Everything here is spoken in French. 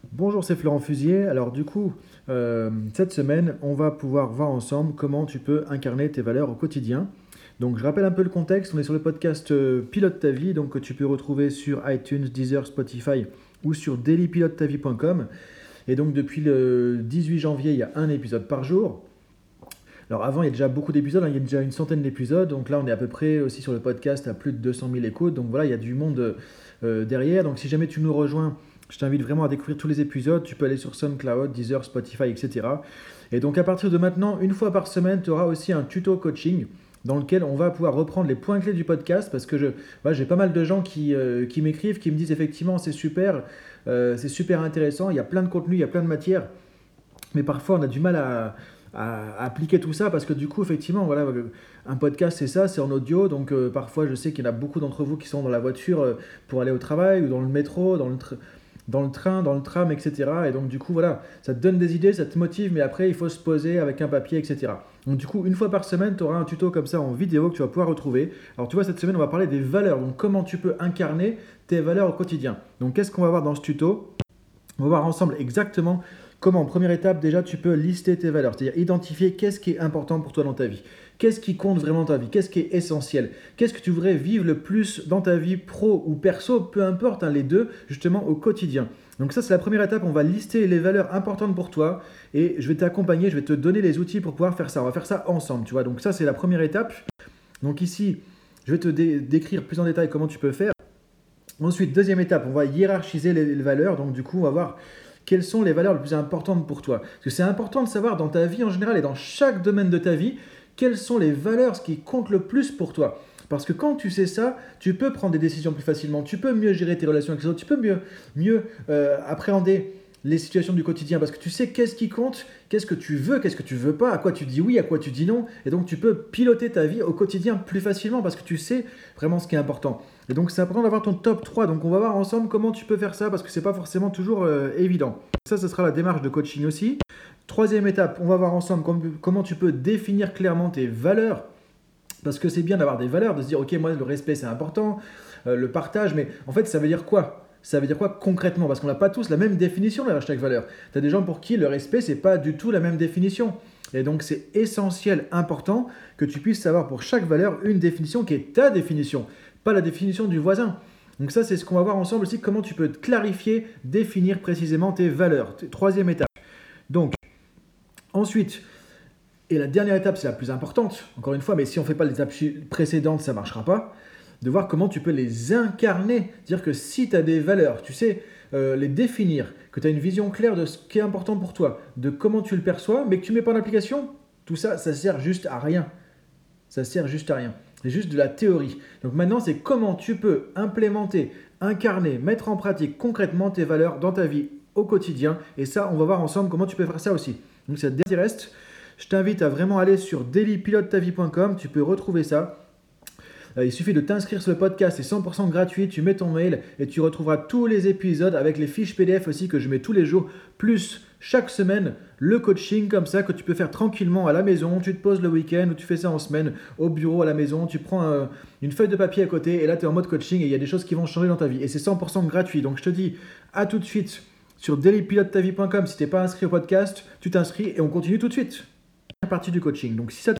Bonjour, c'est Florent Fusier. Alors du coup, cette semaine, on va pouvoir voir ensemble comment tu peux incarner tes valeurs au quotidien. Donc je rappelle un peu le contexte, on est sur le podcast Pilote ta vie, donc que tu peux retrouver sur iTunes, Deezer, Spotify ou sur dailypilotetavie.com. Et donc depuis le 18 janvier, il y a un épisode par jour. Alors avant, il y a déjà beaucoup d'épisodes, il y a déjà une centaine d'épisodes, donc là on est à peu près aussi sur le podcast à plus de 200 000 écoutes, donc voilà, il y a du monde derrière. Donc si jamais tu nous rejoins, je t'invite vraiment à découvrir tous les épisodes. Tu peux aller sur SoundCloud, Deezer, Spotify, etc. Et donc à partir de maintenant, une fois par semaine, tu auras aussi un tuto coaching dans lequel on va pouvoir reprendre les points clés du podcast parce que voilà, j'ai pas mal de gens qui m'écrivent, qui me disent effectivement c'est super intéressant, il y a plein de contenu, il y a plein de matière, mais parfois on a du mal à appliquer tout ça parce que du coup effectivement voilà, un podcast c'est ça, c'est en audio, donc parfois je sais qu'il y en a beaucoup d'entre vous qui sont dans la voiture pour aller au travail ou dans le métro, dans le train, dans le tram, etc. Et donc du coup voilà, ça te donne des idées, ça te motive, mais après il faut se poser avec un papier, etc. Donc du coup une fois par semaine tu auras un tuto comme ça en vidéo que tu vas pouvoir retrouver. Alors tu vois, cette semaine on va parler des valeurs, donc comment tu peux incarner tes valeurs au quotidien. Donc qu'est-ce qu'on va voir dans ce tuto? On va voir ensemble exactement comment, en première étape, déjà, tu peux lister tes valeurs, c'est-à-dire identifier qu'est-ce qui est important pour toi dans ta vie, qu'est-ce qui compte vraiment dans ta vie, qu'est-ce qui est essentiel, qu'est-ce que tu voudrais vivre le plus dans ta vie pro ou perso, peu importe, hein, les deux, justement, au quotidien. Donc ça, c'est la première étape, on va lister les valeurs importantes pour toi et je vais t'accompagner, je vais te donner les outils pour pouvoir faire ça. On va faire ça ensemble, tu vois. Donc ça, c'est la première étape. Donc ici, je vais te décrire plus en détail comment tu peux faire. Ensuite, deuxième étape, on va hiérarchiser les valeurs. Donc du coup, on va voir quelles sont les valeurs les plus importantes pour toi. Parce que c'est important de savoir dans ta vie en général et dans chaque domaine de ta vie, quelles sont les valeurs qui comptent le plus pour toi. Parce que quand tu sais ça, tu peux prendre des décisions plus facilement, tu peux mieux gérer tes relations avec les autres, tu peux mieux appréhender les situations du quotidien parce que tu sais qu'est-ce qui compte, qu'est-ce que tu veux pas, à quoi tu dis oui, à quoi tu dis non. Et donc tu peux piloter ta vie au quotidien plus facilement parce que tu sais vraiment ce qui est important. Et donc c'est important d'avoir ton top 3. Donc on va voir ensemble comment tu peux faire ça parce que c'est pas forcément toujours évident. Ça, ce sera la démarche de coaching aussi. Troisième étape, on va voir ensemble comment tu peux définir clairement tes valeurs. Parce que c'est bien d'avoir des valeurs, de se dire, ok, moi, le respect, c'est important, le partage, mais en fait, ça veut dire quoi? Ça veut dire quoi concrètement? Parce qu'on n'a pas tous la même définition derrière chaque valeur. Tu as des gens pour qui le respect, c'est pas du tout la même définition. Et donc, c'est essentiel, important, que tu puisses savoir pour chaque valeur une définition qui est ta définition, pas la définition du voisin. Donc ça, c'est ce qu'on va voir ensemble aussi, comment tu peux clarifier, définir précisément tes valeurs. Troisième étape. Donc, ensuite, et la dernière étape, c'est la plus importante, encore une fois, mais si on ne fait pas les étapes précédentes, ça ne marchera pas, de voir comment tu peux les incarner. C'est-à-dire que si tu as des valeurs, tu sais les définir, que tu as une vision claire de ce qui est important pour toi, de comment tu le perçois, mais que tu ne mets pas en application, tout ça, ça sert juste à rien. Ça sert juste à rien. C'est juste de la théorie. Donc maintenant, c'est comment tu peux implémenter, incarner, mettre en pratique concrètement tes valeurs dans ta vie au quotidien. Et ça, on va voir ensemble comment tu peux faire ça aussi. Donc ça t'intéresse, je t'invite à vraiment aller sur dailypilotetavie.com, tu peux retrouver ça. Il suffit de t'inscrire sur le podcast, c'est 100% gratuit, tu mets ton mail et tu retrouveras tous les épisodes avec les fiches PDF aussi que je mets tous les jours, plus chaque semaine le coaching comme ça que tu peux faire tranquillement à la maison, tu te poses le week-end ou tu fais ça en semaine au bureau à la maison, tu prends une feuille de papier à côté et là tu es en mode coaching et il y a des choses qui vont changer dans ta vie et c'est 100% gratuit. Donc je te dis à tout de suite sur dailypilotetavie.com. Si tu n'es pas inscrit au podcast, tu t'inscris et on continue tout de suite. Partie du coaching. Donc si ça